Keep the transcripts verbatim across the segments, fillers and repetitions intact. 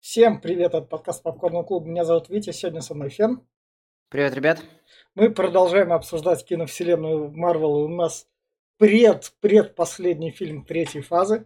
Всем привет от подкаста Попкорного клуба. Меня зовут Витя, сегодня со мной Фен. Привет, ребят. Мы продолжаем обсуждать киновселенную Марвел. У нас пред, предпоследний фильм третьей фазы.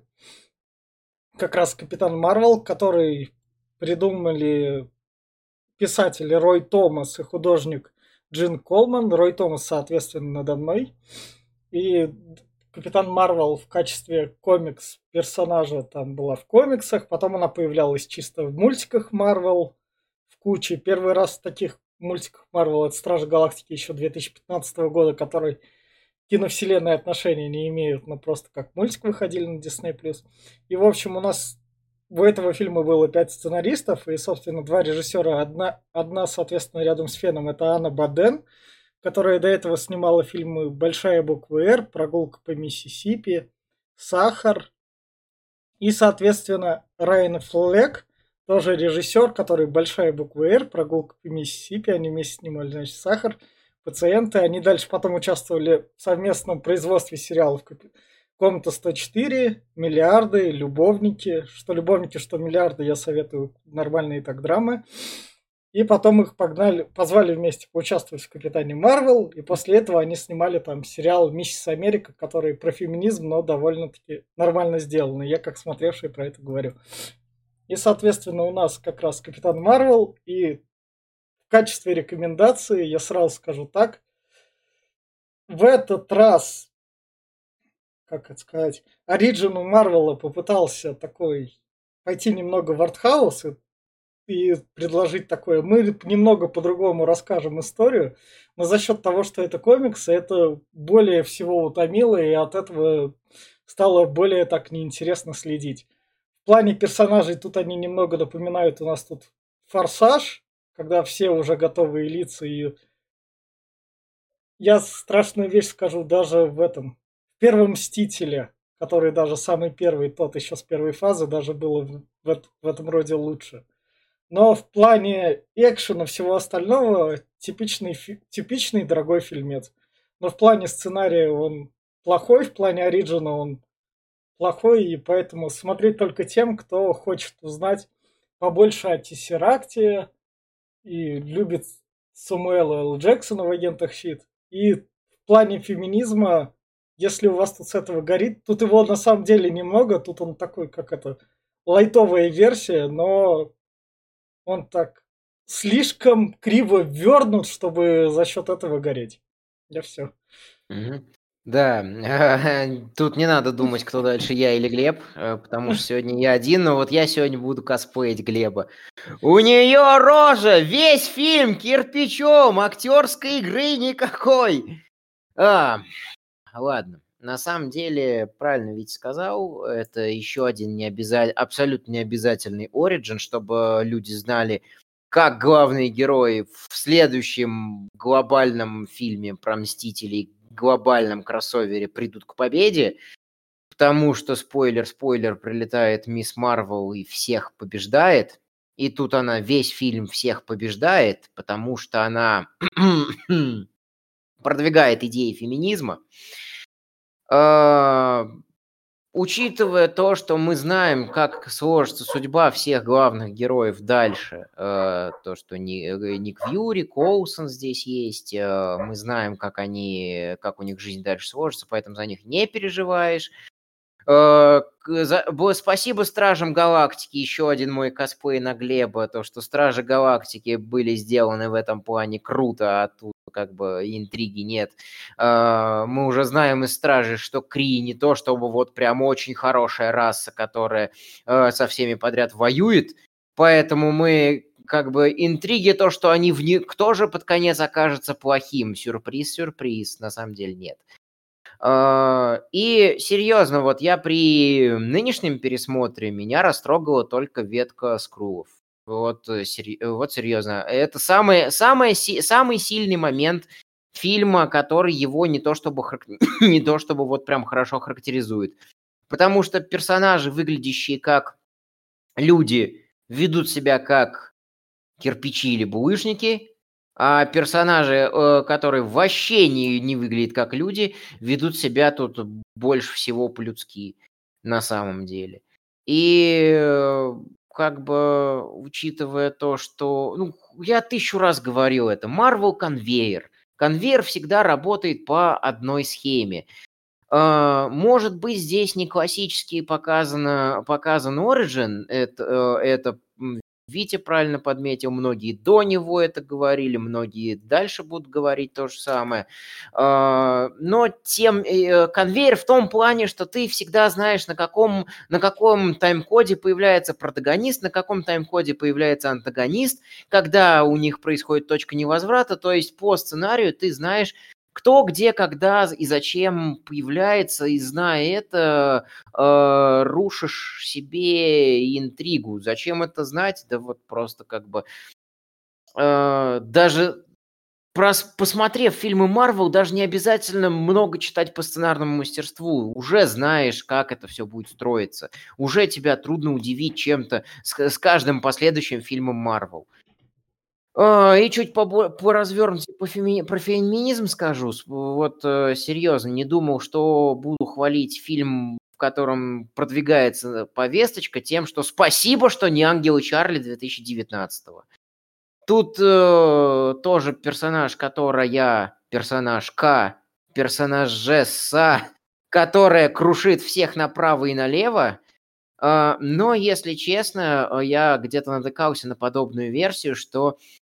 Как раз Капитан Марвел, который придумали писатели Рой Томас и художник Джин Колман. Рой Томас, соответственно, надо мной. И Капитан Марвел в качестве комикс-персонажа там была в комиксах, потом она появлялась чисто в мультиках Марвел в куче. Первый раз в таких мультиках Марвел это Стражи Галактики еще две тысячи пятнадцатого года, которые киновселенные отношения не имеют, но просто как мультик выходили на Disney+. И, в общем, у нас у этого фильма было пять сценаристов, и, собственно, два режиссера. Одна, одна соответственно, рядом с Феном, это Анна Боден, которая до этого снимала фильмы «Большая буква «Р», «Прогулка по Миссисипи», «Сахар». И, соответственно, Райан Флек, тоже режиссер, который «Большая буква «Р», «Прогулка по Миссисипи», они вместе снимали, значит, «Сахар», «Пациенты». Они дальше потом участвовали в совместном производстве сериалов «Комната сто четыре», «Миллиарды», «Любовники». Что «Любовники», что «Миллиарды» я советую, нормальные так драмы. И потом их погнали, позвали вместе поучаствовать в «Капитане Марвел», и после этого они снимали там сериал «Миссис Америка», который про феминизм, но довольно-таки нормально сделанный. Я как смотревший про это говорю. И, соответственно, у нас как раз «Капитан Марвел», и в качестве рекомендации я сразу скажу так. В этот раз, как это сказать, оригину Марвела попытался такой пойти немного в артхаус и и предложить такое. Мы немного по-другому расскажем историю, но за счет того, что это комиксы, это более всего утомило, и от этого стало более так неинтересно следить. В плане персонажей тут они немного напоминают, у нас тут «Форсаж», когда все уже готовые лица, и я страшную вещь скажу, даже в этом, в первом «Мстителе», который даже самый первый, тот еще с первой фазы, даже было в, в, в этом роде лучше. Но в плане экшена всего остального типичный, типичный дорогой фильмец. Но в плане сценария он плохой, в плане оригина он плохой, и поэтому смотреть только тем, кто хочет узнать побольше о Тессеракте и любит Самуэла Л. Джексона в «Агентах Щит». И в плане феминизма, если у вас тут с этого горит, тут его на самом деле немного, тут он такой, как это, лайтовая версия, но он так слишком криво ввернут, чтобы за счет этого гореть. Я все. Мгм. Да, тут не надо думать, кто дальше, я или Глеб, э, потому что сегодня я один, но вот я сегодня буду косплеить Глеба. У нее рожа, весь фильм кирпичом, актерской игры никакой. А, ладно. На самом деле, правильно Витя сказал, это еще один необяза- абсолютно необязательный оригин, чтобы люди знали, как главные герои в следующем глобальном фильме про Мстителей, глобальном кроссовере придут к победе, потому что, спойлер-спойлер, прилетает Мисс Марвел и всех побеждает, и тут она весь фильм всех побеждает, потому что она продвигает идеи феминизма. А, Учитывая то, что мы знаем, как сложится судьба всех главных героев дальше, э, то, что Ни- э, Ник Фьюри, Коулсон здесь есть, э, мы знаем, как они, как у них жизнь дальше сложится, поэтому за них не переживаешь. Э, к- за- бо- Спасибо Стражам Галактики, еще один мой косплей на Глеба, то, что Стражи Галактики были сделаны в этом плане круто, а тут как бы интриги нет. Э, Мы уже знаем из Стражей, что Крии не то, чтобы вот прям очень хорошая раса, которая э, со всеми подряд воюет, поэтому мы как бы интриги то, что они в них, кто же под конец окажется плохим, сюрприз-сюрприз, на самом деле нет. А, И серьезно, вот я при нынешнем пересмотре меня растрогала только ветка скрулов. Вот, э, сери- э, вот серьезно. Это самый, самый, си- самый сильный момент фильма, который его не то чтобы харак- не то чтобы вот прям хорошо характеризует. Потому что персонажи, выглядящие как люди, ведут себя как кирпичи или булыжники, а персонажи, э, которые вообще не, не выглядят как люди, ведут себя тут больше всего по-людски на самом деле. И э, как бы, учитывая то, что, ну, я тысячу раз говорил это, Marvel конвейер. Конвейер всегда работает по одной схеме. А, может быть, здесь не классически показано, показан Origin, это, э, это м, Витя правильно подметил, многие до него это говорили, многие дальше будут говорить то же самое. А, но тем э, конвейер в том плане, что ты всегда знаешь, на каком, на каком тайм-коде появляется протагонист, на каком тайм-коде появляется антагонист, когда у них происходит точка невозврата, то есть по сценарию ты знаешь, кто, где, когда и зачем появляется, и зная это, э, рушишь себе интригу. Зачем это знать? Да вот просто как бы э, даже прос- посмотрев фильмы Марвел, даже не обязательно много читать по сценарному мастерству. Уже знаешь, как это все будет строиться. Уже тебя трудно удивить чем-то с, с каждым последующим фильмом Марвел. А, и чуть побо поразвернуте по феми про феминизм скажу. С вот, э, серьезно, не думал, что буду хвалить фильм, в котором продвигается повесточка тем, что спасибо, что не "Ангелы Чарли" две тысячи девятнадцатого. Тут, э, тоже персонаж, которая персонажка, персонажесса, которая крушит всех направо и налево. А, но, если честно, э, я где-то натыкался на подобную версию, что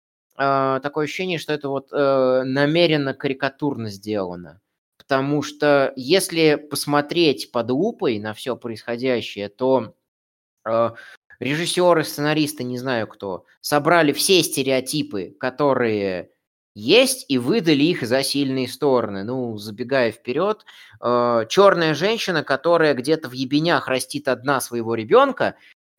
а, такое ощущение, что это вот, э, намеренно карикатурно сделано. Потому что если посмотреть под лупой на все происходящее, то, э, режиссеры, сценаристы, не знаю кто, собрали все стереотипы, которые есть, и выдали их за сильные стороны. Ну, забегая вперед, э, черная женщина, которая где-то в ебенях растит одна своего ребенка,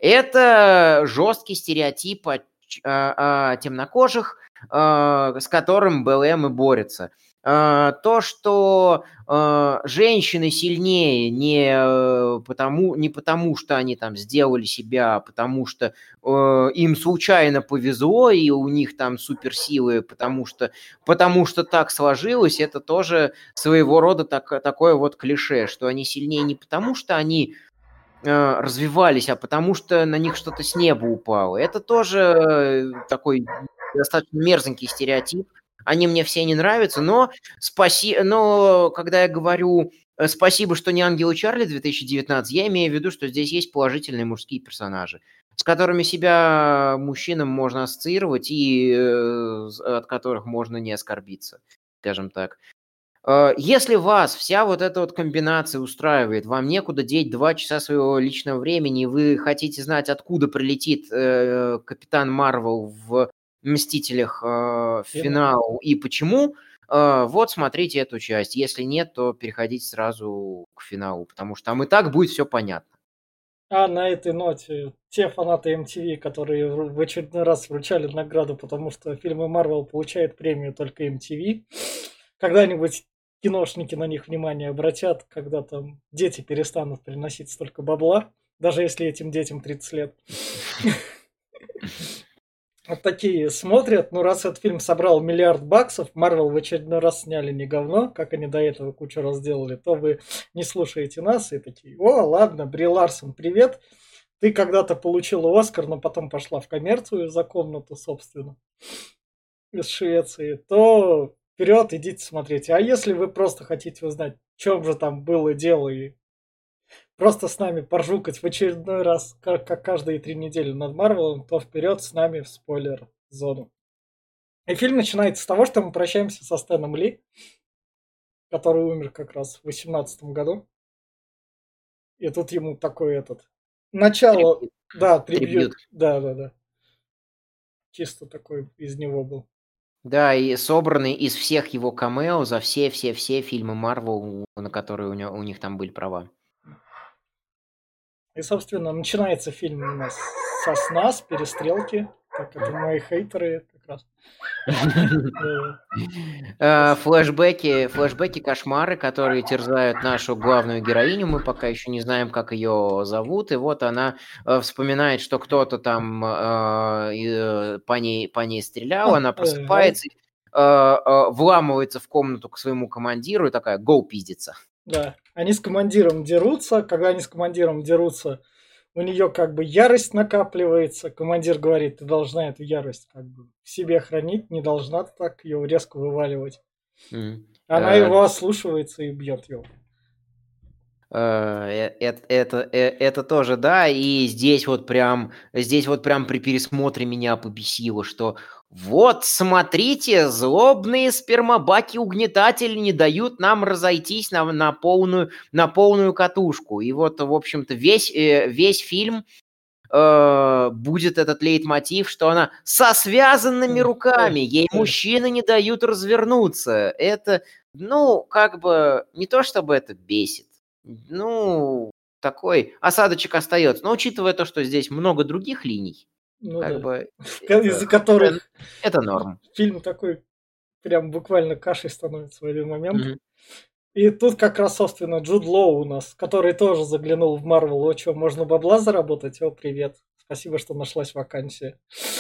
это жесткий стереотип о ч о о темнокожих, а, с которым БЛМ и борется. А, то, что, а, женщины сильнее не, э, потому не потому, что они там сделали себя, а потому что, э, им случайно повезло и у них там суперсилы, потому что потому что так сложилось. Это тоже своего рода так такое вот клише, что они сильнее не потому, что они э, развивались, а потому что на них что-то с неба упало. Это тоже э, такой достаточно мерзенький стереотип. Они мне все не нравятся, но, спаси... но когда я говорю э, спасибо, что не "Ангелы Чарли" две тысячи девятнадцать, я имею в виду, что здесь есть положительные мужские персонажи, с которыми себя мужчинам можно ассоциировать и э, с- от которых можно не оскорбиться, скажем так. Э, если вас вся вот эта вот комбинация устраивает, вам некуда деть два часа своего личного времени, и вы хотите знать, откуда прилетит, э, Капитан Марвел в "Мстителях", э, в Финал. финал и почему, э, вот смотрите эту часть. Если нет, то переходите сразу к финалу, потому что там и так будет все понятно. А на этой ноте те фанаты эм ти ви, которые в в очередной раз вручали награду, потому что фильмы Марвел получают премию только эм ти ви, когда-нибудь киношники на них внимание обратят, когда там дети перестанут приносить столько бабла, даже если этим детям тридцать лет. Вот такие смотрят, ну раз этот фильм собрал миллиард баксов, Марвел в очередной раз сняли не говно, как они до этого кучу раз делали, то вы не слушаете нас и такие: о, ладно, Бри Ларсон, привет, ты когда-то получила Оскар, но потом пошла в коммерцию за комнату, собственно, из Швеции, то вперед, идите смотреть. А если вы просто хотите узнать, в чем же там было дело, и просто с нами поржукать в очередной раз, как, как каждые три недели над Марвелом, то вперед с нами в спойлер-зону. И фильм начинается с того, что мы прощаемся со Стэном Ли, который умер как раз в восемнадцатом году. И тут ему такой этот... Начало, Трибьют. да, Трибьют. трибьют, да, да, да. Чисто такой из него был. Да, и собранный из всех его камео за все-все-все фильмы Марвел, на которые у него у них там были права. И, собственно, начинается фильм у нас со сна, с перестрелки. Так, это мои хейтеры как раз. Да, Э, Флэшбэки, флэшбэки, кошмары, которые терзают нашу главную героиню. Мы пока еще не знаем, как ее зовут. И вот она э, вспоминает, что кто-то там э, и, э, по ней, по ней стрелял. А, Она э, ай- просыпается, э, э, вламывается в комнату к своему командиру и такая: "Гоу, пиздится". да. Они с командиром дерутся. Когда они с командиром дерутся, у нее как бы ярость накапливается. Командир говорит, ты должна эту ярость как бы в себе хранить, не должна так ее резко вываливать. М. Она Э, его ослушивается и бьет его. Э, э, эт это э это тоже, да. И здесь вот прям здесь вот прям при пересмотре меня побесило, что вот смотрите, злобные спермобаки-угнетатели не дают нам разойтись на на полную на полную катушку. И вот, в общем-то, весь, э, весь фильм, э, будет этот лейтмотив, что она со связанными М, э, руками, ей э. мужчины не дают развернуться. Это, ну, как бы не то чтобы это бесит. Ну, такой осадочек остается. Но учитывая то, что здесь много других линий, Ну как да. бы В ко это из-за это которых это норм. фильм такой прям буквально кашей становится в один момент. Мгм. И тут как раз, собственно, Джуд Лоу у нас, который тоже заглянул в Марвел. О, чё, можно бабла заработать? О, привет. Спасибо, что нашлась вакансия.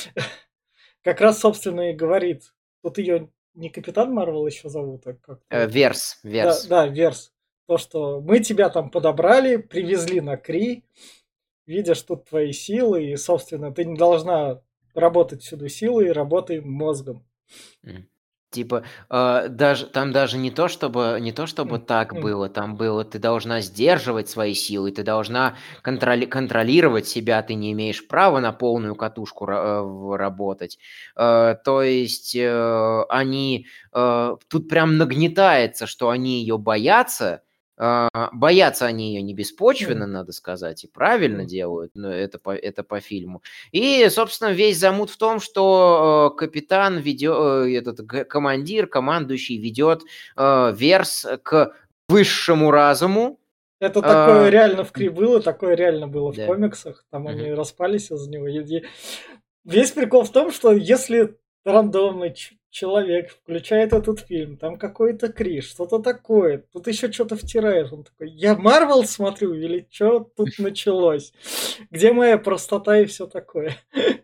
Как раз, собственно, и говорит. Тут ее не Капитан Марвел еще зовут, а Э, как-то. Верс, Да, Верс. да, Верс. То, что мы тебя там подобрали, привезли на Кри, видишь тут твои силы, и, собственно, ты не должна работать всюду силой, работай мозгом. Мгм. Типа, а, даже там даже не то чтобы не то чтобы М, так м. было, там было: ты должна сдерживать свои силы, ты должна контроли контролировать себя, ты не имеешь права на полную катушку ра э, в работать. Э, то есть, э, они, э, тут прям нагнетается, что они ее боятся. А, боятся они ее не беспочвенно, М, надо сказать, и правильно м. делают, но это по это по фильму. И, собственно, весь замут в том, что, э, капитан ведё э, этот г командир, командующий ведет, э, Верс к высшему разуму. Это такое А, реально в Кри м, было, такое реально было в да. комиксах. Там они Мгм. распались из-за него. И и весь прикол в том, что если рандомный ч человек включает этот фильм, там какой-то Кри, что-то такое, тут еще что то втирает. Он такой: "Я Марвел смотрю или что тут началось? Где моя простота и все такое?"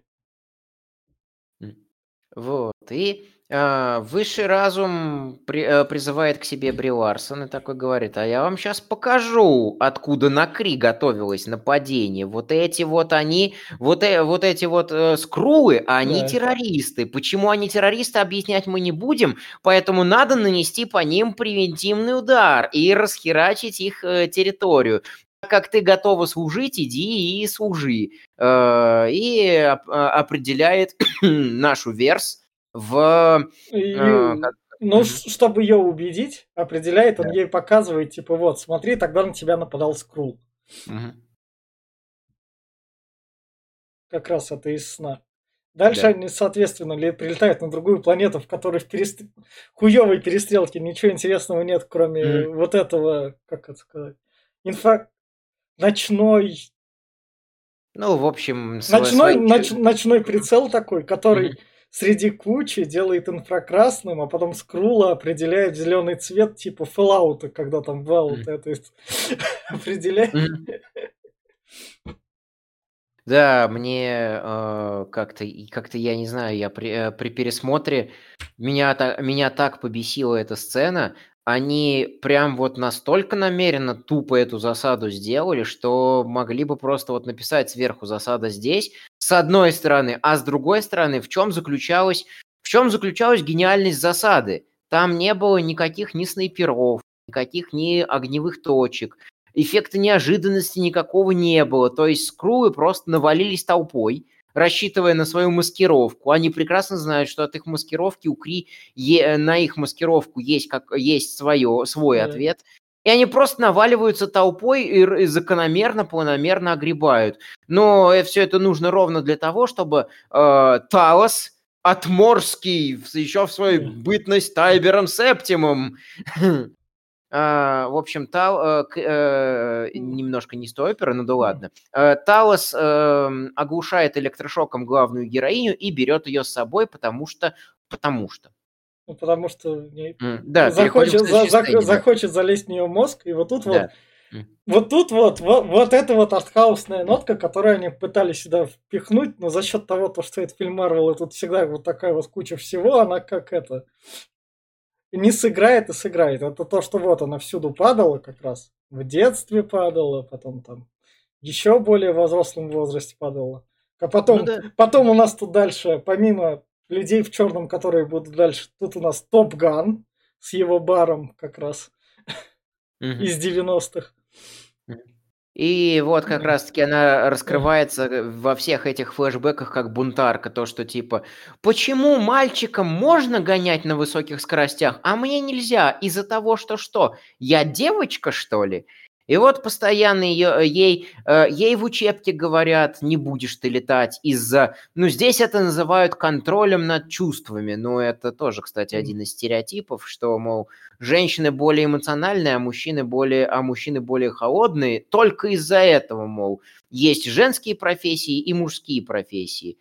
М. Вот. И, а, высший разум при э, призывает к себе Бри Ларсон и такой говорит: "А я вам сейчас покажу, откуда на Кри готовилось нападение. Вот эти вот они, вот э вот эти вот, э, скрулы, они Да. террористы. Почему они террористы, объяснять мы не будем, поэтому надо нанести по ним превентивный удар и расхерачить их, э, территорию. Так как ты готова служить, иди и служи". Э, и оп а, определяет нашу Верс в, э, И, как ну, Мгм. ш чтобы ее убедить, определяет, он Да. ей показывает, типа: "Вот, смотри, тогда на тебя нападал Скрул". Мгм. Как раз это из сна. Дальше Да. они, соответственно, ле прилетают на другую планету, в которой в перест хуёвой перестрелке ничего интересного нет, кроме Мгм. вот этого, как это сказать, инфа ночной Ну, в общем, сво ночной свои чё ноч ночной Мгм. прицел такой, Мгм. который среди кучи делает инфракрасным, а потом Скрула определяет зеленый цвет типа Fallout, когда там Vault Мгм. это есть определяет. Мгм. Да, мне, э, как-то и как-то, я не знаю, я при, э, при пересмотре меня та меня так побесила эта сцена. Они прям вот настолько намеренно тупо эту засаду сделали, что могли бы просто вот написать сверху "засада здесь", с одной стороны, а с другой стороны, в чем заключалась в чем заключалась гениальность засады? Там не было никаких ни снайперов, никаких ни огневых точек. Эффекта неожиданности никакого не было. То есть скрулы просто навалились толпой, рассчитывая на свою маскировку. Они прекрасно знают, что от их маскировки у Кри е на их маскировку есть как есть свое свой Да. ответ. И они просто наваливаются толпой и р и закономерно, планомерно огребают. Но, э, всё это нужно ровно для того, чтобы, э, Талос Отморский, в еще в свою Да. бытность Тайбером Септимом, А, в общем, Тал э, к э, М. немножко не с той оперы, ну да М. ладно. Э, Талос, эм, оглушает электрошоком главную героиню и берет ее с собой, потому что потому что. Ну, потому что не М, да, переходим к захочет за следующей зах сцене, да. захочет залезть в нее мозг, и вот тут Да. вот М, вот тут вот во вот эта вот артхаусная нотка, которую они пытались сюда впихнуть, но за счет того, то, что это фильм Марвел, и тут всегда вот такая вот куча всего, она как это, не сыграет и сыграет. Это то, что вот она всюду падала как раз. В детстве падала, потом там еще более взрослом возрасте подала. А Ну потом, да. потом у нас тут дальше, помимо людей в черном, которые будут дальше, тут у нас Топ Ган с его баром как раз Мгм. из девяностых. Мгм. И вот как Да. раз-таки она раскрывается э, во всех этих флешбеках как бунтарка, то, что типа, почему мальчикам можно гонять на высоких скоростях, а мне нельзя? Из-за того, что что? Я девочка, что ли? И вот постоянно её, ей, э, ей в учебке говорят, не будешь ты летать из-за... Ну, здесь это называют контролем над чувствами. Ну, это тоже, кстати, М. один из стереотипов, что, мол, женщины более эмоциональные, а мужчины более, а мужчины более холодные. Только из-за этого, мол, есть женские профессии и мужские профессии.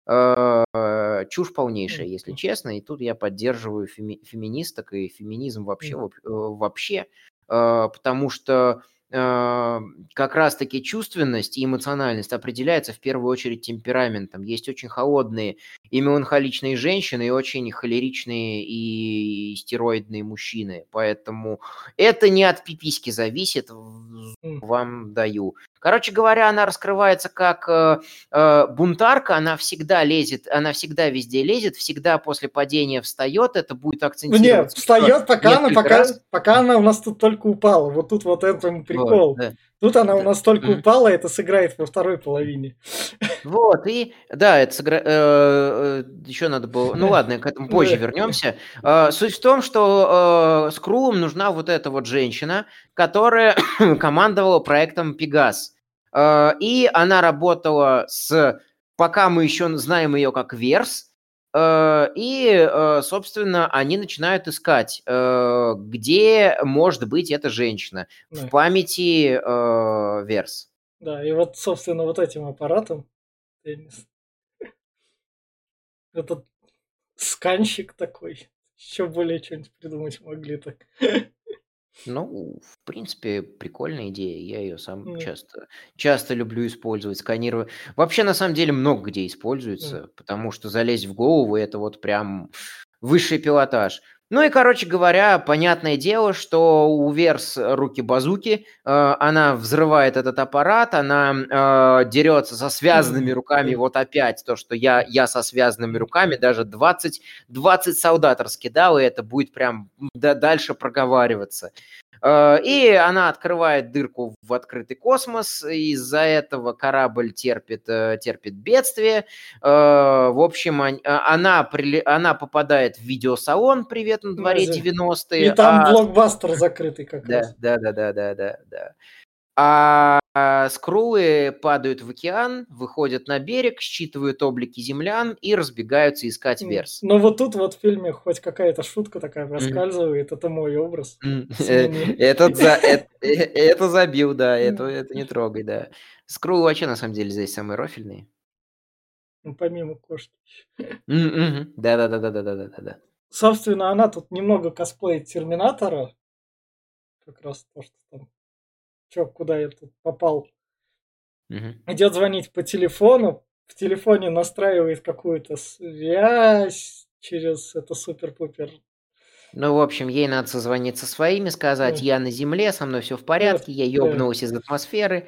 Э, Чушь полнейшая, если М. честно. И тут я поддерживаю феми- феминисток и феминизм вообще, М. воп- э, вообще, э, потому что э, как раз-таки чувственность и эмоциональность определяется в первую очередь темпераментом. Есть очень холодные и меланхоличные женщины, и очень холеричные и стероидные мужчины. Поэтому это не от пиписьки зависит, в- М. вам даю. Короче говоря, она раскрывается как э, э, бунтарка, она всегда лезет, она всегда везде лезет, всегда после падения встает, это будет Не, акцентироваться еще встает, пока она, несколько пока, раз. пока она у нас тут только упала. Вот тут вот этом Вот, прикол. да. Тут она у Да. нас только Мгм. упала, это сыграет во второй половине. Вот, и да, это сыгра... э, э, еще надо было... Ну ладно, к этому позже Да. вернемся. Э, Суть в том, что э, Скрулам нужна вот эта вот женщина, которая командовала проектом «Пегас». Э, И она работала с... Пока мы еще знаем ее как Верс. Э, И, э, собственно, они начинают искать, э, где может быть эта женщина в Да. памяти э, Верс. Да, и вот, собственно, вот этим аппаратом, я не с- этот сканщик такой, еще более что-нибудь придумать могли так. Ну, в принципе, прикольная идея. Я ее сам Да, часто, часто люблю использовать, сканирую. Вообще, на самом деле, много где да. используется, потому что залезть в голову– это вот прям высший пилотаж. Ну и, короче говоря, понятное дело, что у Верс руки-базуки, э, она взрывает этот аппарат, она э, дерется со связанными М, руками, да. вот опять то, что я, я со связанными М. руками, даже двадцать, двадцать солдат раскидал, и это будет прям да- дальше проговариваться. Э, И она открывает дырку в открытый космос, из-за этого корабль терпит, э, терпит бедствие. Э, В общем, он- а- она, приле- она попадает в видеосалон «Привет на Да, дворе зе- И девяностые», там а... блокбастер закрытый как Да, раз. да, да, да, да, да, да. А а скрулы падают в океан, выходят на берег, считывают облики землян и разбегаются искать М. Верс. Но вот тут вот в фильме хоть какая-то шутка такая Мгм. проскальзывает. Это мой образ М, с э, Луны. Этот за эт э это забил, да, это М. это не трогай, да. Скрулы вообще, на самом деле, здесь самые рофильные. Ну, помимо кошки. М, мгм. Да-да-да-да-да-да-да-да. Собственно, она тут немного косплеит Терминатора. Как раз то, что там, чё, куда я тут попал. Мгм. Идет звонить по телефону. В телефоне настраивает какую-то связь через это супер-пупер. Ну, в общем, ей надо созвониться со своими, сказать: Да, "Я на земле, со мной все в да, порядке, я да, ёбнулась из атмосферы".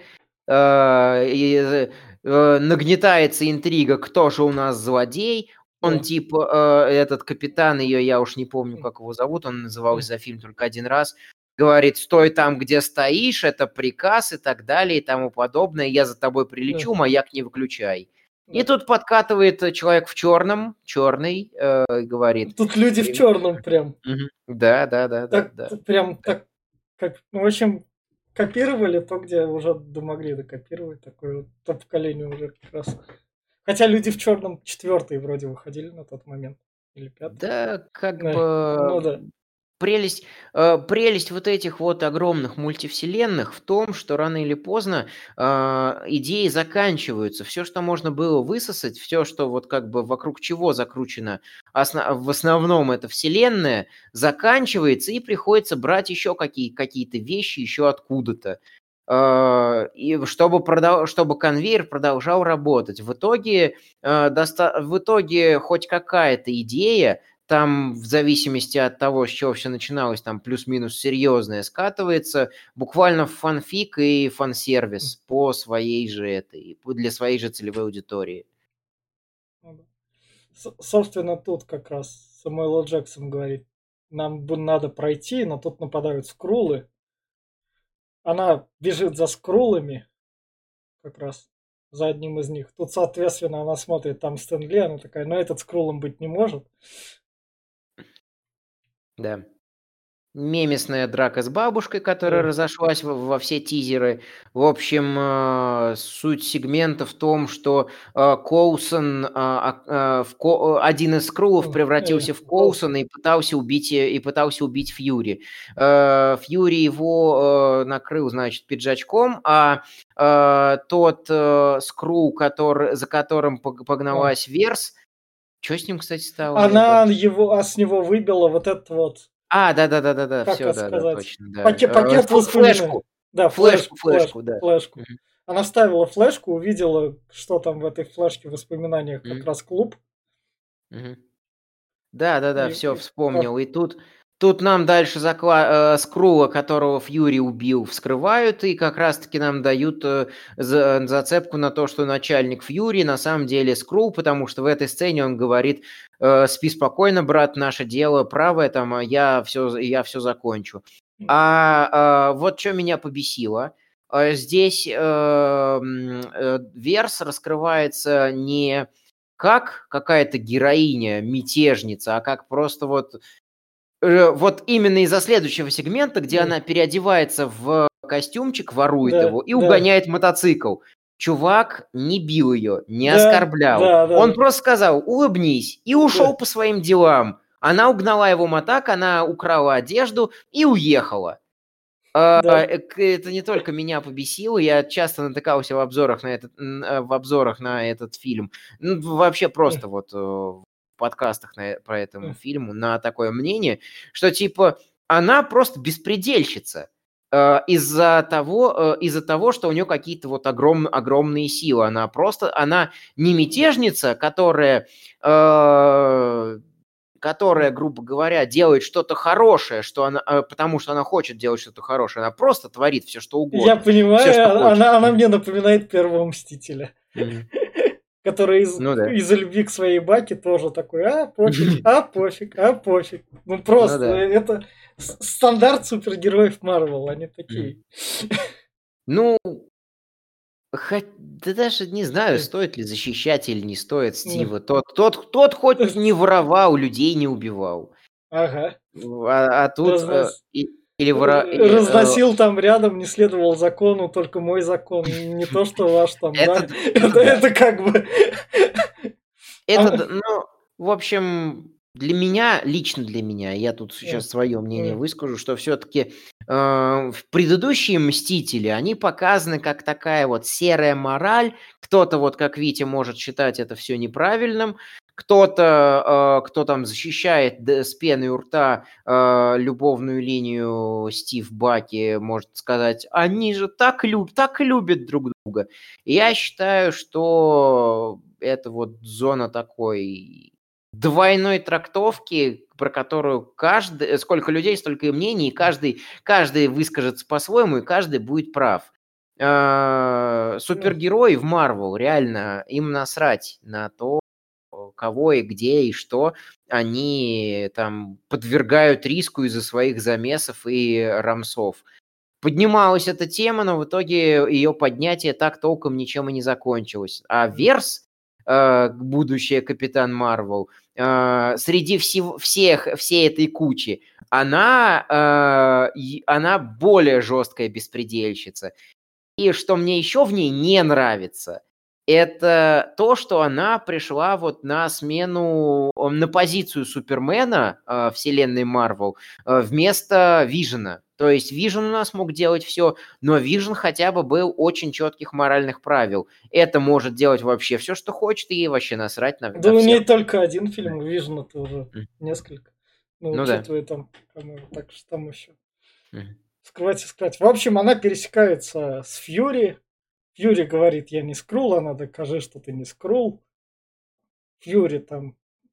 А, и, э, э, нагнетается интрига, кто же у нас злодей. Он да. типа, э, этот капитан ее, я уж не помню, М, как его зовут, он назывался м, за фильм только один раз, говорит: "Стой там, где стоишь, это приказ", и так далее, и тому подобное. "Я за тобой да, прилечу, маяк не выключай". И да. тут подкатывает, э, человек в черном, черный, э, и говорит: Тут люди в "Привет". черном прям. Мгм. Да, да, да, да, Так, да, т- прям да. так, как, ну, в общем, копировали то, где уже домогли докопировать. Такое вот то поколение уже как раз. Хотя люди в черном четвертый вроде выходили на тот момент. Или пятый. Да, как Да. бы Ну да. прелесть, э, прелесть вот этих вот огромных мультивселенных в том, что рано или поздно а, идеи заканчиваются. Все, что можно было высосать, все, что вот как бы вокруг чего закручено, осно- в основном это вселенная, заканчивается и приходится брать еще какие- какие-то вещи еще откуда-то. А, И чтобы, продол- чтобы конвейер продолжал работать. В итоге, э, доста- в итоге хоть какая-то идея там в зависимости от того, с чего все начиналось, там плюс-минус серьезное скатывается, буквально в фанфик и фан-сервис по своей же этой, для своей же целевой аудитории. Ну да. С- Собственно, тут как раз Самуэл Л. Джексон говорит, нам бы надо пройти, но тут нападают скрулы. Она бежит за скрулами, как раз за одним из них. Тут, соответственно, она смотрит, там Стэн Ли, она такая, ну этот скрулом быть не может. Да. Мемесная драка с бабушкой, которая Да. разошлась во, во все тизеры. В общем, э, суть сегмента в том, что э, Коусон, э, а- э, в Ко- э, один из скрулов М, э, превратился в Коусон. Коусона и пытался убить, э, и пытался убить Фьюри. Э, Фьюри его э, накрыл, значит, пиджачком, а э, тот э, скрул, который, за которым пог- А. погналась Верс, что с ним, кстати, стало? Я Она даже... его, а с него выбила вот этот вот, А, да-да-да-да-да, как все, это да-да, сказать, точно, да. паке- Э, пакет фл- воспоминаний. флешку, Да, флешку, флешку, флешку, флешку, да. флешку. Мгм, Она вставила флешку, увидела, что там в этой флешке в воспоминаниях как мгм, раз клуб. мгм. Да-да-да, И, все и- а, вспомнил. И тут тут нам дальше закла э, Скрула, которого Фьюри убил, вскрывают, и как раз-таки нам дают э, за зацепку на то, что начальник Фьюри на самом деле Скрул, потому что в этой сцене он говорит: э, «Спи спокойно, брат, наше дело правое, там, а я все я все закончу». А, а, вот что меня побесило. Э, здесь, э, м, э, Верс раскрывается не как какая-то героиня, мятежница, а как просто вот, э, вот именно из-за следующего сегмента, где да, она переодевается в костюмчик, ворует да, его и да, угоняет мотоцикл. Чувак не бил ее, не да, оскорблял. да, да, Он да, просто сказал: «Улыбнись», и ушел да, по своим делам. Она угнала его мотак, она украла одежду и уехала. А, да. э, к это не только меня побесило, я часто натыкался в обзорах на этот н э, в обзорах на этот фильм. Ну, в вообще М, просто вот, э, в подкастах на э по этому м. фильму на такое мнение, что типа она просто беспредельщица, э, из-за того, э, из-за того, что у нее какие-то вот огром огромные силы. Она просто она не мятежница, которая, э которая, грубо говоря, делает что-то хорошее, что она, э, потому что она хочет делать что-то хорошее. Она просто творит все что Я угодно, все что понимаю, а- хочет. она, она Мгм. мне напоминает Первого Мстителя, Мгм. который из, Ну да. из-за любви к своей баке тоже такой, а пофиг, а пофиг, а пофиг. Ну Ну просто, да. э, это с- стандарт супергероев Марвел, они Мгм. такие. Ну, хот да даже не знаю, Э, стоит ли защищать или не стоит м, Стива. Тот тот тот э, хоть не воровал, людей не убивал. Ага. А а тут, э, Разнос... и или э, вора или, э, Разносил там рядом, не следовал закону, только мой закон, не то, что ваш там, это да? д это Это, да. это как бы... Это А, д ну, в общем, для меня, лично для меня, я тут м, сейчас свое мнение м, выскажу, что все-таки в предыдущие «Мстители», они показаны как такая вот серая мораль. Кто-то, вот как Витя, может считать это все неправильным, кто-то, э, кто там защищает д с пеной у рта, э, любовную линию Стив Баки, может сказать: «Они же так люб так любят друг друга». И я считаю, что это вот зона такой двойной трактовки, про которую каждый, э, сколько людей, столько и мнений, и каждый, каждый выскажется по-своему, и каждый будет прав. А, м. Супергерои в Марвел, реально, им насрать на то, кого и где и что они там подвергают риску из-за своих замесов и рамсов. Поднималась эта тема, но в итоге ее поднятие так толком ничем и не закончилось. А Верс, э, будущая Капитан Марвел, э, среди всего, всех, всей этой кучи, она, э, и- она более жесткая беспредельщица. И что мне еще в ней не нравится, это то, что она пришла вот на смену, о, на позицию Супермена э, вселенной Марвел э, вместо Вижена. То есть Вижен у нас мог делать все, но Вижен хотя бы был очень четких моральных правил. Это может делать вообще все, что хочет, и ей вообще насрать на, Да на у нее всех. только один М, фильм, Вижн-то уже м. несколько. Ну, Ну да. учитывая там, по-моему, так что там еще. Мгм. Скрывать и скрывать. В общем, она пересекается с Фьюри. Фьюри говорит, я не Скрул, она докажи, что ты не Скрул. Фьюри там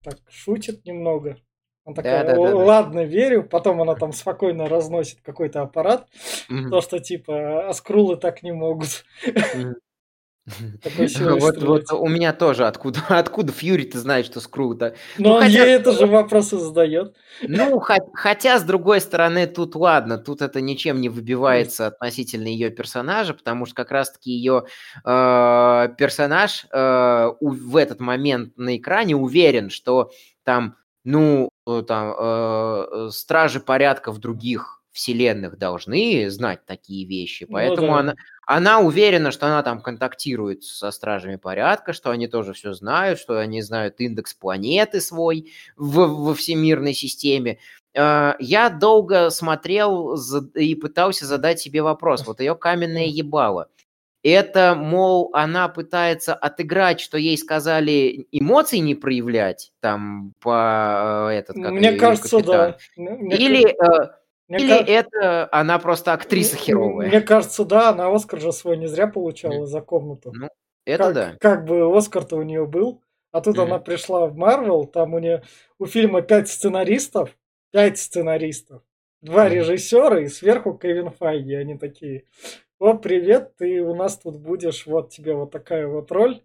так шутит немного. Она такая, Да, да, да, «Л- да. ладно, верю». Потом она там спокойно разносит какой-то аппарат. То, Мгм. что типа, а скрулы так не могут Мгм. такой силой Вот, вот стрелять. у меня тоже откуда, откуда Фьюри-то знает, что Скрул-то. Ну, Но он хотя, ей это же вопросы задает. ну, хо- хотя, с другой стороны, тут ладно, тут это ничем не выбивается относительно ее персонажа, потому что как раз-таки ее э, персонаж э, у- в этот момент на экране уверен, что там, ну, э, там, э, э, стражи порядка в других вселенных должны знать такие вещи, Ну поэтому да. она, она уверена, что она там контактирует со стражами порядка, что они тоже все знают, что они знают индекс планеты свой, в, во всемирной системе. Э, Я долго смотрел за- и пытался задать себе вопрос. Вот ее каменное ебало. Это, мол, она пытается отыграть, что ей сказали эмоций не проявлять, там, по э, этот, как Мне ее кажется, капитан. да. Мне, мне ка- Или, э, мне или ка- это она просто актриса м- херовая. мне кажется, да, она Оскар же свой не зря Мгм. получала за комнату. Ну, это Как, да. как бы Оскар-то у нее был, а тут она Мгм. пришла в Марвел, там у нее у фильма пять сценаристов, пять сценаристов, два Мгм. режиссера и сверху Кевин Файги. Они такие, о, привет, ты у нас тут будешь, вот тебе вот такая вот роль.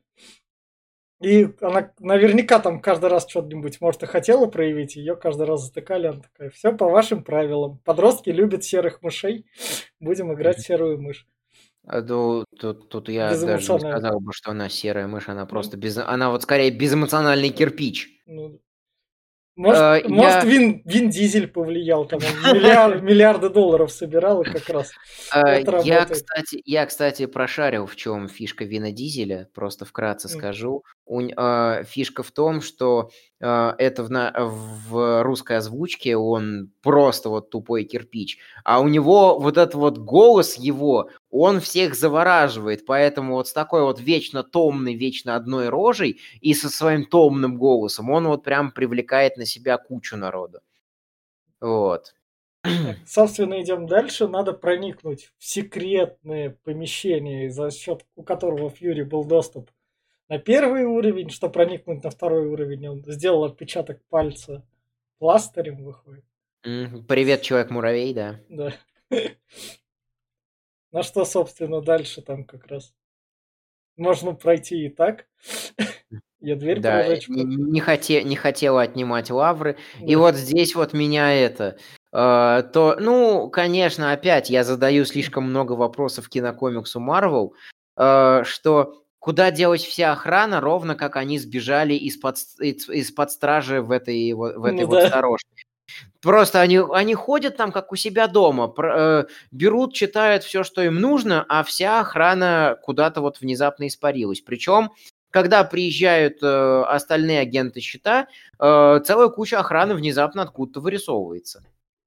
И она наверняка там каждый раз что-нибудь, может, и хотела проявить, ее каждый раз затыкали, она такая, все по вашим правилам. Подростки любят серых мышей, будем играть в Мгм. серую мышь. А, ну, тут, тут я даже не Безэмоционально. сказал бы, что она серая мышь, она Ну, просто без... Она вот скорее безэмоциональный кирпич. ну, Может, Э, может я, Вин, Вин Дизель повлиял, там он миллиар- миллиарды долларов собирал, и как раз э, это я, работает. кстати, я, кстати, прошарил, в чем фишка Вина Дизеля, просто вкратце М, скажу. У н- э, фишка в том, что э, это в, на- в русской озвучке он просто вот тупой кирпич, а у него вот этот вот голос его, он всех завораживает, поэтому вот с такой вот вечно томной, вечно одной рожей и со своим томным голосом он вот прям привлекает на себя кучу народу. Вот. Так, собственно, идем дальше. Надо проникнуть в секретное помещение, за счет у которого Фьюри был доступ на первый уровень. Чтобы проникнуть на второй уровень, он сделал отпечаток пальца пластырем, выходит. Мгм. Привет, Человек-муравей, да. Да. На что, собственно, дальше там как раз можно пройти и так. Я дверь Да, прожечь. не не хоте не хотела отнимать лавры. И Да. вот здесь вот меня это, э, то ну, конечно, опять я задаю слишком много вопросов кинокомиксу Марвел, э, что куда делась вся охрана, ровно как они сбежали из-под с из из-под стражи в этой вот в этой Ну вот да. сторожке. Просто они они ходят там, как у себя дома, пр э, берут, читают все, что им нужно, а вся охрана куда-то вот внезапно испарилась. Причем, когда приезжают, э, остальные агенты "Щита", э, целая куча охраны внезапно откуда-то вырисовывается.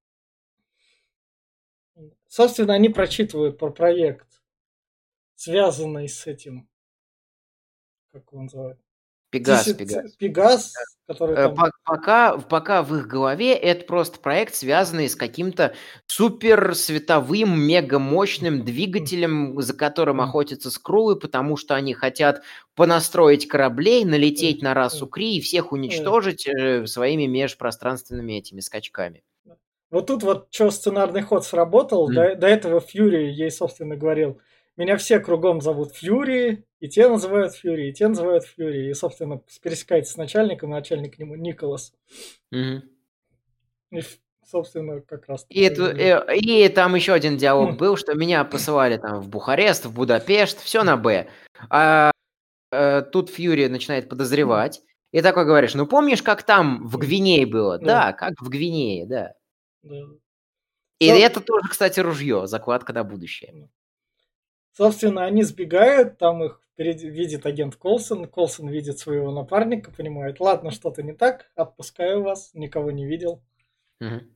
Собственно, они прочитывают про проект, связанный с этим, как его называют, Пегас, Тиси- Пегас. Ц- Пегас, который Э, там... по пока пока в их голове это просто проект, связанный с каким-то суперсветовым, мегамощным двигателем, за которым м, охотятся скрулы, потому что они хотят понастроить кораблей, м, налететь на расу м, Крee и всех э, уничтожить, э, своими межпространственными этими скачками. Вот тут вот что сценарный ход сработал. Мгм. До, до этого Фьюри ей, собственно, говорил, меня все кругом зовут Фьюри, и те называют Фьюри, и те называют Фьюри. И, собственно, пересекается с начальником, начальник к нему Николас. Мгм. И, ф- собственно, как раз И это, таки... э, и там еще один диалог был, что меня посылали там в Бухарест, в Будапешт, все на "Б". А Э, тут Фьюри начинает подозревать. И такой говоришь: "Ну, помнишь, как там в Гвинее было?" Да, "Да, как в Гвинее, да". да. И Со- это тоже, кстати, ружье, закладка на будущее. Собственно, они сбегают, там их впереди видит агент Колсон, Колсон видит своего напарника, понимает, ладно, что-то не так, отпускаю вас, никого не видел. Мгм.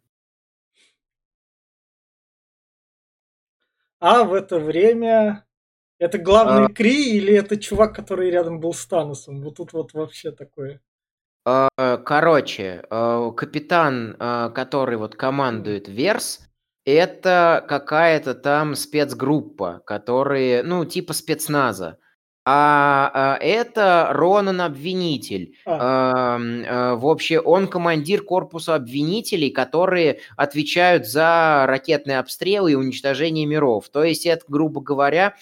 А в это время это А, главный Кри или это чувак, который рядом был с Таносом? Вот тут вот вообще такое. а, короче, а, капитан, а, который вот М, командует Верс, это какая-то там спецгруппа, которые, ну, типа спецназа. А, а, это Ронан-обвинитель. А, Ам, а, в общем, он командир корпуса обвинителей, которые отвечают за ракетные обстрелы и уничтожение миров. То есть это, грубо говоря,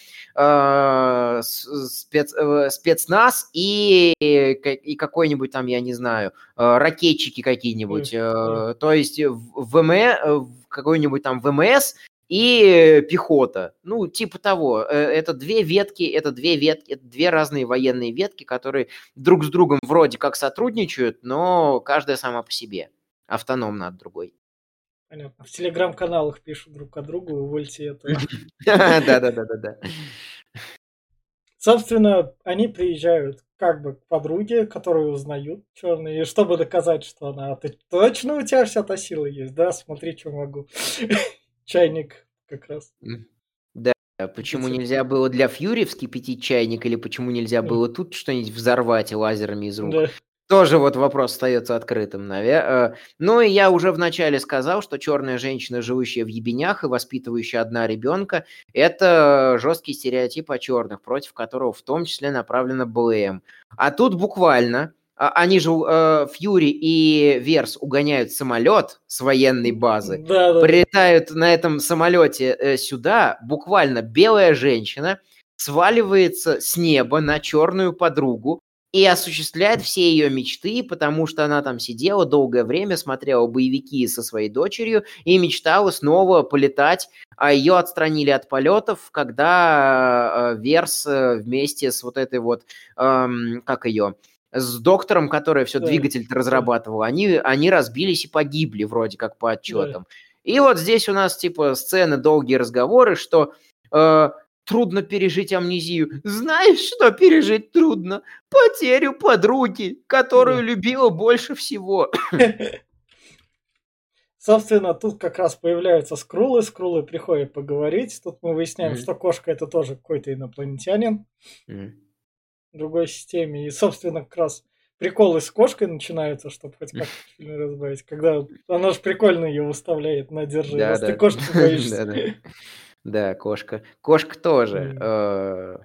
а, с- спец, э, спецназ и, ка- и какой-нибудь там, я не знаю, а, ракетчики какие-нибудь. ой, ой, э, То есть в ВМ, э, в какой-нибудь там ВМС и пехота. Ну, типа того. Э, Это две ветки, это две ветки, это две разные военные ветки, которые друг с другом вроде как сотрудничают, но каждая сама по себе. Автономно от другой. понятно. В телеграм-каналах пишут друг о другу, увольте этого. Да-да-да-да-да. Собственно, они приезжают как бы к подруге, которую узнают черные, и чтобы доказать, что она... Ты точно у тебя вся та сила есть, да? Смотри, что могу. Чайник как раз. М. Да, почему Кипятит. нельзя было для Фьюри вскипятить чайник, или почему нельзя М, было тут что-нибудь взорвать лазерами из рук? Да. Тоже вот вопрос остается открытым, наверное. Ну и я уже вначале сказал, что черная женщина, живущая в ебенях и воспитывающая одна ребенка, это жесткий стереотип о черных, против которого в том числе направлена БЛМ. А тут буквально а, они же, э, Фьюри и Верс угоняют самолет с военной базы, Да, да, да. прилетают на этом самолете э, сюда, буквально белая женщина сваливается с неба на черную подругу и осуществляет все ее мечты, потому что она там сидела долгое время, смотрела боевики со своей дочерью и мечтала снова полетать, а ее отстранили от полетов, когда э, Верс э, вместе с вот этой вот, эм, как ее, с доктором, которая все Да, двигатель да, разрабатывала, они, они разбились и погибли вроде как по да. отчетам. И вот здесь у нас типа сцены, долгие разговоры, что э, трудно пережить амнезию. Знаешь, что пережить трудно? Потерю подруги, которую Да. любила больше всего. Собственно, тут как раз появляются скрулы, скрулы приходят поговорить. Тут мы выясняем, Мгм. что кошка это тоже какой-то инопланетянин Мгм. в другой системе. И, собственно, как раз приколы с кошкой начинаются, чтобы хоть как-то в фильме разбавить. Когда она же прикольно ее выставляет на держи, Да, раз ты да. кошки боишься. Да, да. Да, кошка. Кошка тоже. М. э,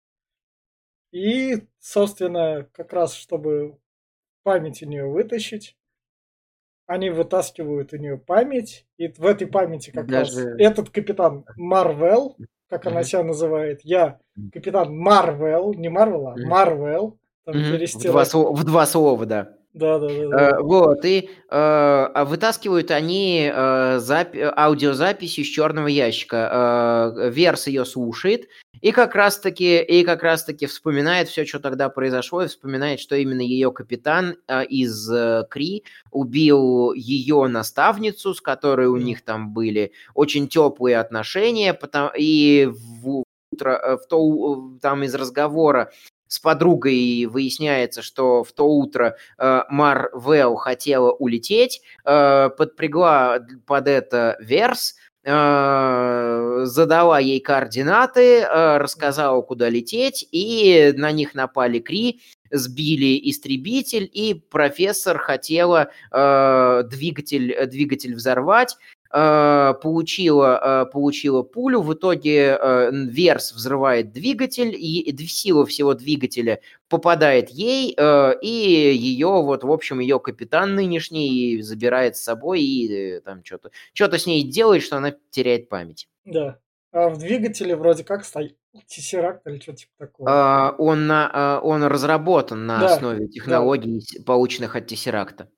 И, собственно, как раз чтобы память у нее вытащить, они вытаскивают у нее память, и в этой памяти как раз Даже. этот капитан Марвел, как она Мгм. себя называет, я капитан Марвел, не Марвел, а Мгм. Марвел, там Мгм. через В два, тире. сло- в два слова, да. Да, да, да, Э, да. вот, и, э, а вытаскивают они, э, зап э, аудиозапись из черного ящика. Э, Верс ее слушает и как раз таки и как раз таки вспоминает все, что тогда произошло, и вспоминает, что именно ее капитан, э, из, э, Кри убил ее наставницу, с которой у Да, них там были очень теплые отношения, потом и в утро, э, в то у там из разговора с подругой выясняется, что в то утро э, Марвел хотела улететь, э, подпрягла под это Верс, э, задала ей координаты, э, да, рассказала, куда лететь, и на них напали Кри, сбили истребитель, и профессор хотела э, двигатель, двигатель взорвать, э, получила, э, получила пулю, в итоге э, Верс взрывает двигатель, и д- сила всего двигателя попадает ей, э, и ее вот, в общем, ее капитан нынешний забирает с собой и э, там что-то что-то с ней делает, что она теряет память. да. А в двигателе вроде как стоит тессеракт или что-то типа такого. А, он, на, а, он разработан на Да, основе да. технологий, с- полученных от Тессеракта.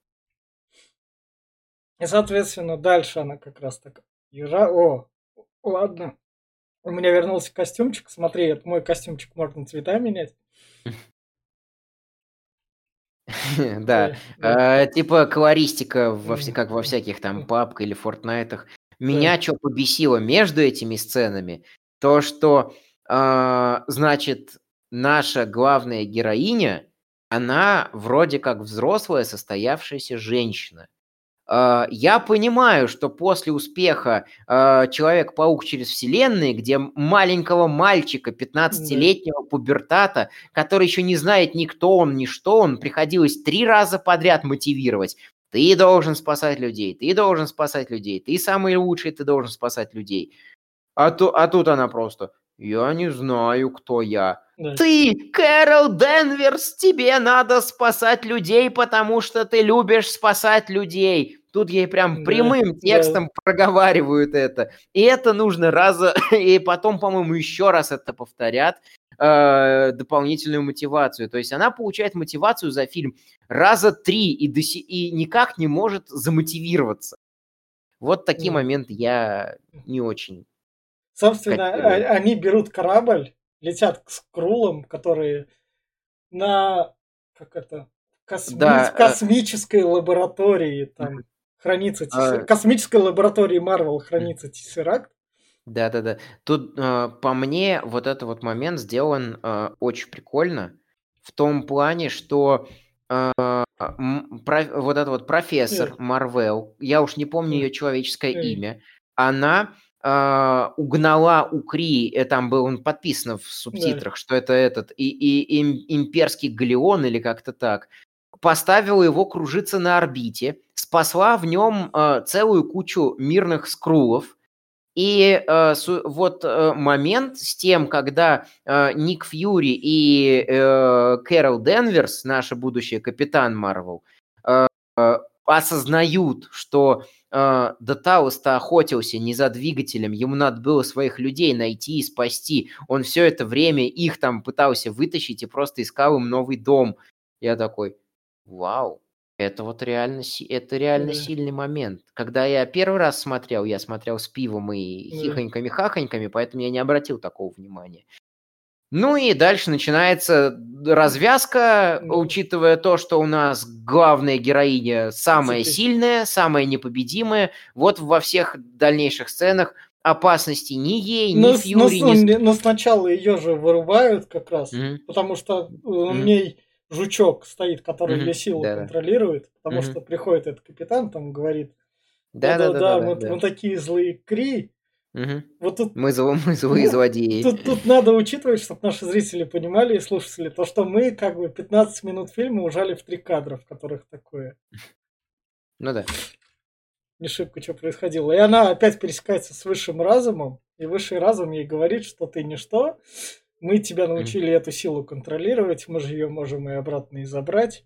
И, соответственно, дальше она как раз так. Ера... О, ладно. У меня вернулся костюмчик. Смотри, это мой костюмчик, можно цвета менять. Да, Да, да. э, типа колористика, во вся- М, как во м, всяких там м, пабг или фортнайтах. да. Меня что побесило между этими сценами, то, что, а, значит, наша главная героиня, она вроде как взрослая состоявшаяся женщина. А, я понимаю, что после успеха, а, "Человек-паук через вселенные", где маленького мальчика, Да. пятнадцатилетнего пубертата, который еще не знает ни кто он, ни что он, приходилось три раза подряд мотивировать: "Ты должен спасать людей, ты должен спасать людей, ты самый лучший, ты должен спасать людей". А ту а тут она просто: "Я не знаю, кто я". Да. Ты, Кэрол Денверс, тебе надо спасать людей, потому что ты любишь спасать людей. Тут ей прям Да, прямым да. текстом проговаривают это. И это нужно раза... И потом, по-моему, еще раз это повторят, э, дополнительную мотивацию. То есть она получает мотивацию за фильм раза три и, до си... и никак не может замотивироваться. Вот такие Да. моменты я не очень Собственно, копирую. а- они берут корабль, летят к скрулам, которые на как это косми- Да, э, космической лаборатории там хранится э, тессер- космической лаборатории Марвел хранится Тессеракт. да-да-да. Тут, э, по мне, вот этот вот момент сделан, э, очень прикольно. В том плане, что, э, м, про вот эта вот профессор Э, Марвел, я уж не помню э, ее человеческое э, имя, она, э, угнала у Крии, э, там было он подписано в Да. субтитрах, что это этот и и им имперский галеон или как-то так. Поставила его кружиться на орбите, спасла в нем, э, целую кучу мирных скрулов. И, э, су вот, э, момент с тем, когда, э, Ник Фьюри и, э, Кэрол Денверс, наша будущая Капитан Марвел, э, э, осознают, что, э, Дотаус-то охотился не за двигателем, ему надо было своих людей найти и спасти. Он все это время их там пытался вытащить и просто искал им новый дом. Я такой: "Вау, это вот реально си это реально Да. сильный момент". Когда я первый раз смотрел, я смотрел с пивом и Да. хихоньками-хахоньками, поэтому я не обратил такого внимания. Ну и дальше начинается развязка, Да. учитывая то, что у нас главная героиня самая Теперь. сильная, самая непобедимая. Вот во всех дальнейших сценах опасности ни ей, ни Но, с- но, Фьюри, с- ни... с- но сначала ее же вырубают как раз, Мгм, потому что у мгм, ней жучок стоит, который ее мгм, силу да-да, контролирует, потому мгм. что приходит этот капитан, там говорит, да-да-да, Да-да-да-да-да, мы, да. мы такие злые Кри. Мгм. Вот тут, Мы зло мы злые злодеи. тут, тут надо учитывать, чтобы наши зрители понимали и слушатели, то, что мы как бы пятнадцать минут фильма ужали в три кадра, в которых такое Ну да. не шибко что происходило. И она опять пересекается с высшим разумом, и высший разум ей говорит, что ты ничто, мы тебя Мгм. научили эту силу контролировать, мы же ее можем и обратно и забрать.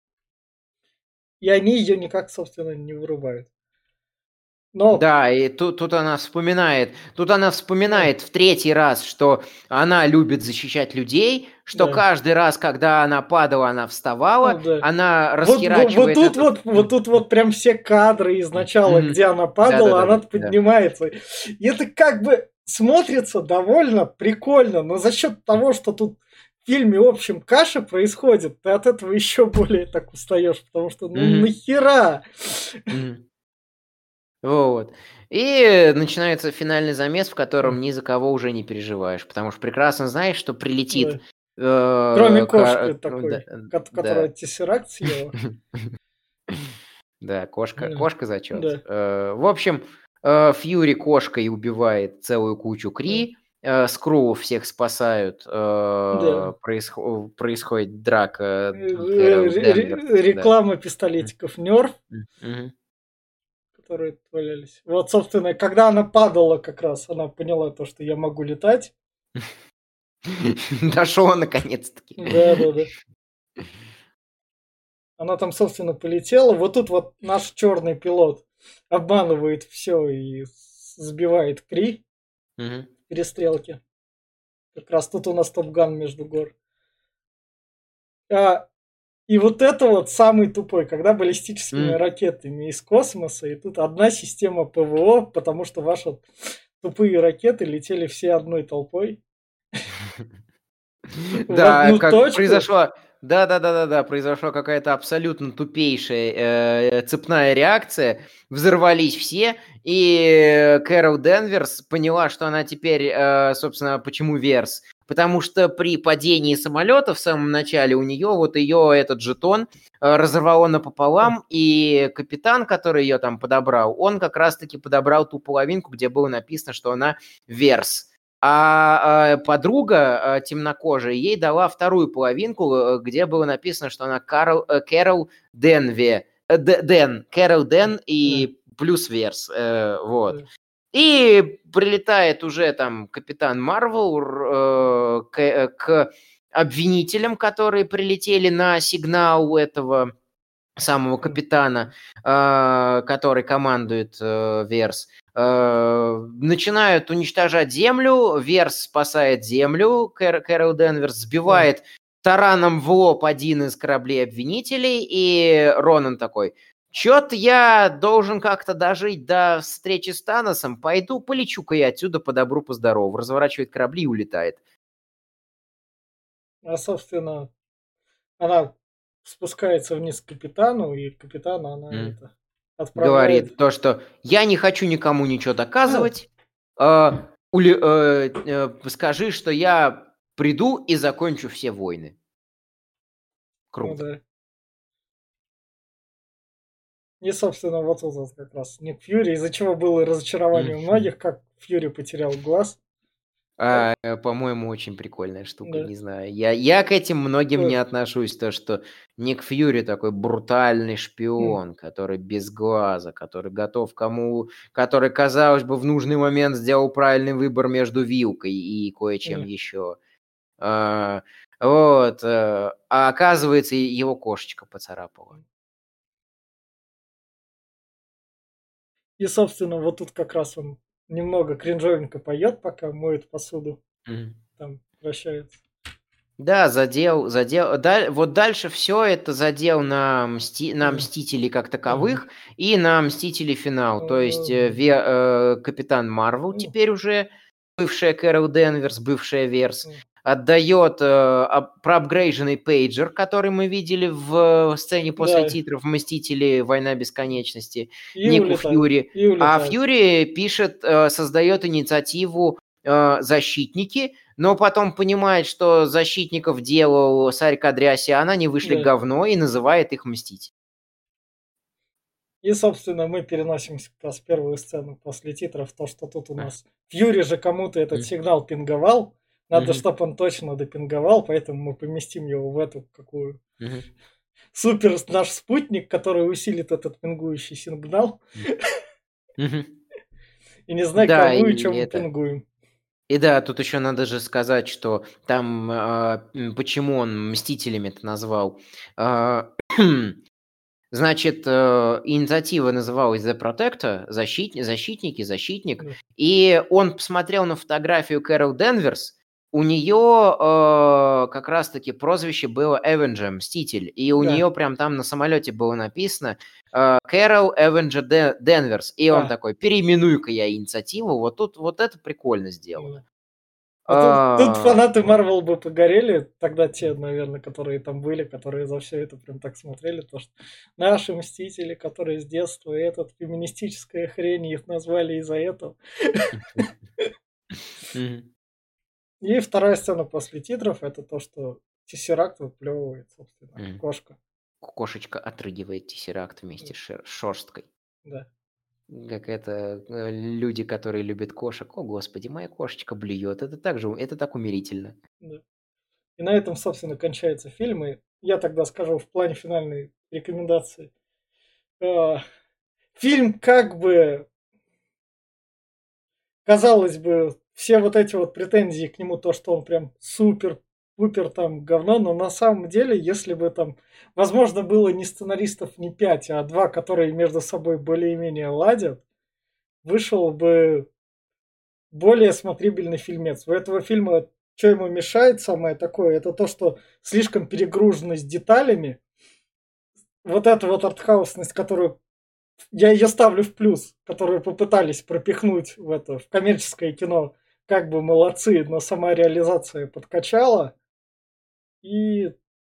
И они ее никак, собственно, не вырубают. Но, Да, и тут тут она вспоминает тут она да, вспоминает в третий раз, что она любит защищать людей, что да, каждый раз, когда она падала, она ну вставала, да. она Вот, вот, вот расхерачивает тут этот... вот, вот тут вот прям все кадры из начала, Мгм. где она падала, Да-да-да-да, она да. поднимается. И это как бы смотрится довольно прикольно, но за счет того, что тут в фильме, в общем, каша происходит, ты от этого еще более так устаешь, потому что ну Мгм. нахера? Мгм. Вот. И начинается финальный замес, в котором ни за кого уже не переживаешь, потому что прекрасно знаешь, что прилетит, Да. Кроме э, кошки ка ну да, такой, э, кот- которая да. тессеракт съела. Да, кошка, Да. кошка зачет. Да. Э, В общем, э, Фьюри кошкой убивает целую кучу Кри, э, Скрулов всех спасают, э, Да. происхо- происходит драка Э, Кэрол ре- Денверс, ре- да. Реклама пистолетиков Нерф, М, мгм. которые валялись. Вот, собственно, когда она падала как раз, она поняла то, что я могу летать. Дошел наконец-таки. Да, да, да. Она там, собственно, полетела. Вот тут вот наш черный пилот обманывает все и с- сбивает Кри Мгм. в перестрелке. Как раз тут у нас Топ-Ган между гор. А, и вот это вот самый тупой, когда баллистическими М. ракетами из космоса, и тут одна система ПВО, потому что ваши тупые ракеты летели все одной толпой в Да, одну как точку. произошла, да-да-да-да-да, произошла какая-то абсолютно тупейшая э, цепная реакция, взорвались все, и Кэрол Денверс поняла, что она теперь, э, собственно, почему Верс? Потому что при падении самолета в самом начале у нее вот ее этот жетон э, разорвало напополам, и капитан, который ее там подобрал, он как раз-таки подобрал ту половинку, где было написано, что она Верс. А, а, подруга, а, темнокожая, ей дала вторую половинку, э, где было написано, что она Карл, э, Кэрол Денве, э, Д- Дэн, Кэрол Дэн Да, и плюс Верс, э, вот. да. И прилетает уже там Капитан Марвел э, к, э, к обвинителям, которые прилетели на сигнал этого самого М. капитана, э, который командует э, Верс. Э, начинают уничтожать Землю, Верс спасает Землю, Кэр- Кэрол Денверс Да. сбивает тараном в лоб один из кораблей обвинителей, и Ронан такой: чё-то я должен как-то дожить до встречи с Таносом, пойду полечу-ка я отсюда по добру, по здорову. Разворачивает корабли и улетает. А, собственно, она спускается вниз к капитану, и капитана она М. это отправляет. Говорит то, что я не хочу никому ничего доказывать. э, ули- э, э, скажи, что я приду и закончу все войны. Ну Круто. да. И, собственно, вот тут вот как раз Ник Фьюри, из-за чего было разочарование у Мгм. многих, как Фьюри потерял глаз. А, э, по-моему, очень прикольная штука, Да. не знаю. Я, я к этим многим не Э, отношусь, то, что Ник Фьюри такой брутальный м, шпион, который без глаза, который готов кому... Который, казалось бы, в нужный момент сделал правильный выбор между вилкой и кое-чем м. еще. А, вот. э, А оказывается, и его кошечка поцарапала. И, собственно, вот тут как раз он немного кринжовенько поет, пока моет посуду, Мгм. там прощается. Да, задел, задел. Да, вот дальше все это задел на, мсти, на М. Мстителей как Ага. таковых и на Мстителей финал. То есть э, Ага. Ве- э, Капитан Марвел Ну, теперь уже, бывшая Кэрол Денверс, бывшая Верс, м. отдает э, ап- проапгрейженный пейджер, который мы видели в э, сцене после Да, титров «Мстители. Война бесконечности» и Нику улетает. Фьюри. И А улетает. Фьюри пишет, э, создает инициативу э, «Защитники», но потом понимает, что защитников делал Сарь Кадрясян, они вышли Да. говно, и называет их «Мстить». И, собственно, мы переносимся как раз в первую сцену после титров, то, что тут у А, нас Фьюри же кому-то этот м, сигнал пинговал. Надо, мгм, чтобы он точно допинговал, поэтому мы поместим его в эту какую мгм, супер наш спутник, который усилит этот пингующий сигнал. м, мгм. И не знаю, Да, кому и и чем мы это... пингуем. И да, тут еще надо же сказать, что там, а, м, почему он «Мстителями» это назвал. А, Значит, э, инициатива называлась The Protector, защит, защитники, защитник, Да. и он посмотрел на фотографию Кэрол Денверс, у нее э, как раз-таки прозвище было Avenger, Мститель, и у Да. нее прям там на самолете было написано э, Кэрол Avenger Де- Денверс, и он А, такой: переименуй-ка я инициативу, вот тут вот это прикольно сделано. ну. Ну, тут, тут А, фанаты вот. Марвел бы погорели, тогда те, наверное, которые там были, которые за все это прям так смотрели, то что наши мстители, которые с детства этот феминистическая хрень, их назвали из-за этого. Мгм. И вторая сцена после титров это то, что Тессеракт выплевывает, собственно, Мгм. кошка. Кошечка отрыгивает тессеракт вместе с шер- шерсткой. Да, Как это, э, люди, которые любят кошек. О, господи, моя кошечка блюет. Это так же, это так умерительно. да. И на этом, собственно, кончается фильм. И я тогда скажу в плане финальной рекомендации. А, Фильм как бы, казалось бы, все вот эти вот претензии к нему, то, что он прям супер-пупер там говно, но на самом деле, если бы там, возможно, было не сценаристов не пять, а два, которые между собой более-менее ладят, вышел бы более смотрибельный фильмец. У этого фильма, что ему мешает самое такое, это то, что слишком перегруженность деталями, вот эта вот артхаусность, которую я ее ставлю в плюс, которую попытались пропихнуть в это, в коммерческое кино, как бы молодцы, но сама реализация подкачала, и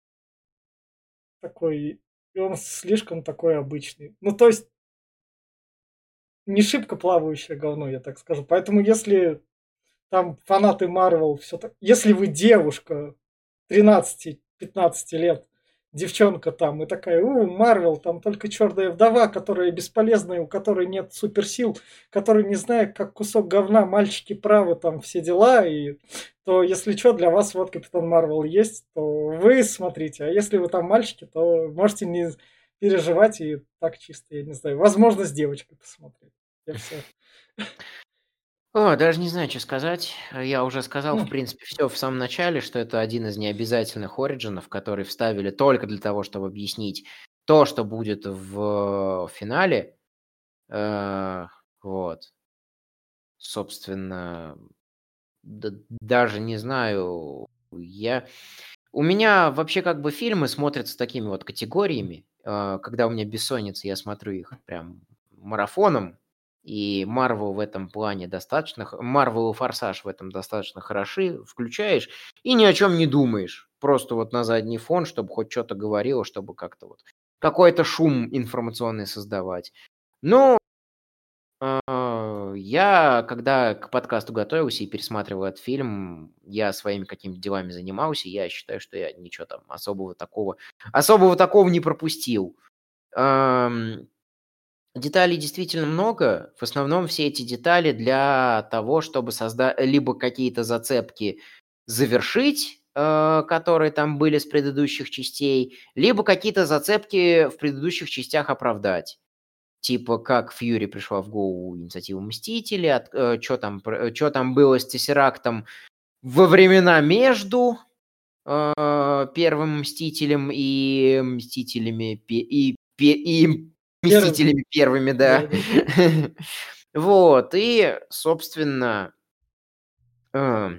такой, и он слишком такой обычный. Ну, то есть, не шибко плавающее говно, я так скажу. Поэтому, если там фанаты Марвел, все так, если вы девушка тринадцати-пятнадцати лет, девчонка там, и такая, у, Марвел, там только черная вдова, которая бесполезная, у которой нет суперсил, которая не знает, как кусок говна, мальчики правы, там все дела, и то, если что, для вас вот Капитан Марвел есть, то вы смотрите, а если вы там мальчики, то можете не переживать и так чисто, я не знаю, возможно, с девочкой посмотреть. Я все. О, даже не знаю, что сказать. Я уже сказал, в Ну, принципе, все в самом начале, что это один из необязательных ориджинов, который вставили только для того, чтобы объяснить то, что будет в финале. Э, вот. Собственно, д даже не знаю, я у меня вообще как бы фильмы смотрятся такими вот категориями. Э, когда у меня бессонница, я смотрю их прям марафоном. И Марвел в этом плане достаточно х Марвел и Форсаж в этом достаточно хороши. Включаешь и ни о чем не думаешь. Просто вот на задний фон, чтобы хоть что то говорило, чтобы как-то вот какой-то шум информационный создавать. Но а, я, когда к подкасту готовился и пересматривал этот фильм, я своими какими-то делами занимался, и я считаю, что я ничего там особого такого особого такого не пропустил. Ам, деталей действительно много. В основном все эти детали для того, чтобы создать либо какие-то зацепки завершить, э, которые там были с предыдущих частей, либо какие-то зацепки в предыдущих частях оправдать. Типа, как Фьюри пришла в голову инициатива Мстителей, от э, чё там пр чё там было с Тессерактом во времена между, э, первым Мстителем и Мстителями пе и пе и первый, Мстителями первыми, да. да-да. Вот, и, собственно, э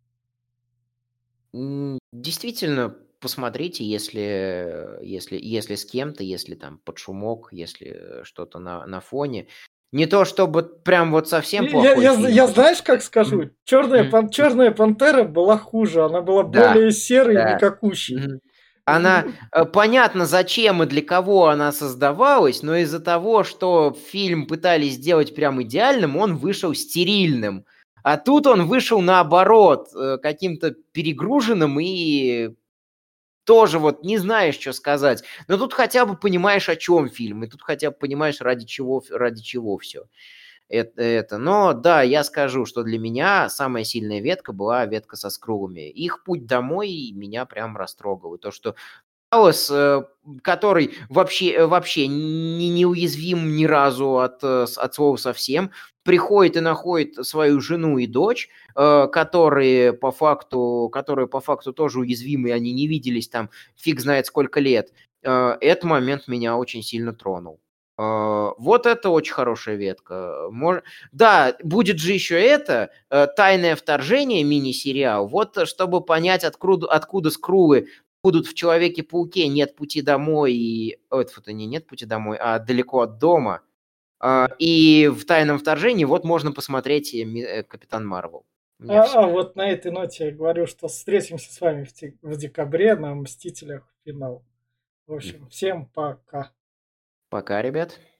М, действительно, посмотрите, если, если, если с кем-то, если там под шумок, если э, что-то на, на фоне. Не то чтобы прям вот И совсем Я, плохой я, фильм. я знаешь, как скажу? Мгм. Черная, Мгм. пан, Черная пантера была хуже, она была Да, более серой и да. никакущей. Мгм. Она, э, понятно, зачем и для кого она создавалась, но из-за того, что фильм пытались сделать прям идеальным, он вышел стерильным. А тут он вышел наоборот, э, каким-то перегруженным и тоже вот не знаешь, что сказать. Но тут хотя бы понимаешь, о чем фильм, и тут хотя бы понимаешь, ради чего, ф- ради чего все это, это. Но да, я скажу, что для меня самая сильная ветка была ветка со скрулами. Их путь домой меня прям растрогал. И то, что Даллас, э, который вообще, э, вообще не неуязвим ни разу от, э, с от слова совсем, приходит и находит свою жену и дочь, э, которые по факту которые по факту тоже уязвимы, и они не виделись там фиг знает сколько лет. Э, этот момент меня очень сильно тронул. Э, вот это очень хорошая ветка. Мож Да, будет же еще это, э, "Тайное вторжение" мини-сериал. Вот, э, чтобы понять, откруд откуда скрулы будут в Человеке-пауке "Нет пути домой" и ой, тьфу ты, не "Нет пути домой", а "Далеко от дома". А, Да. и в "Тайном вторжении" вот можно посмотреть, э, ми э, "Капитан Марвел". У меня А, все. а вот на этой ноте я говорю, что встретимся с вами в, те- в декабре на Мстителях финал. В общем, всем пока. Пока, ребят.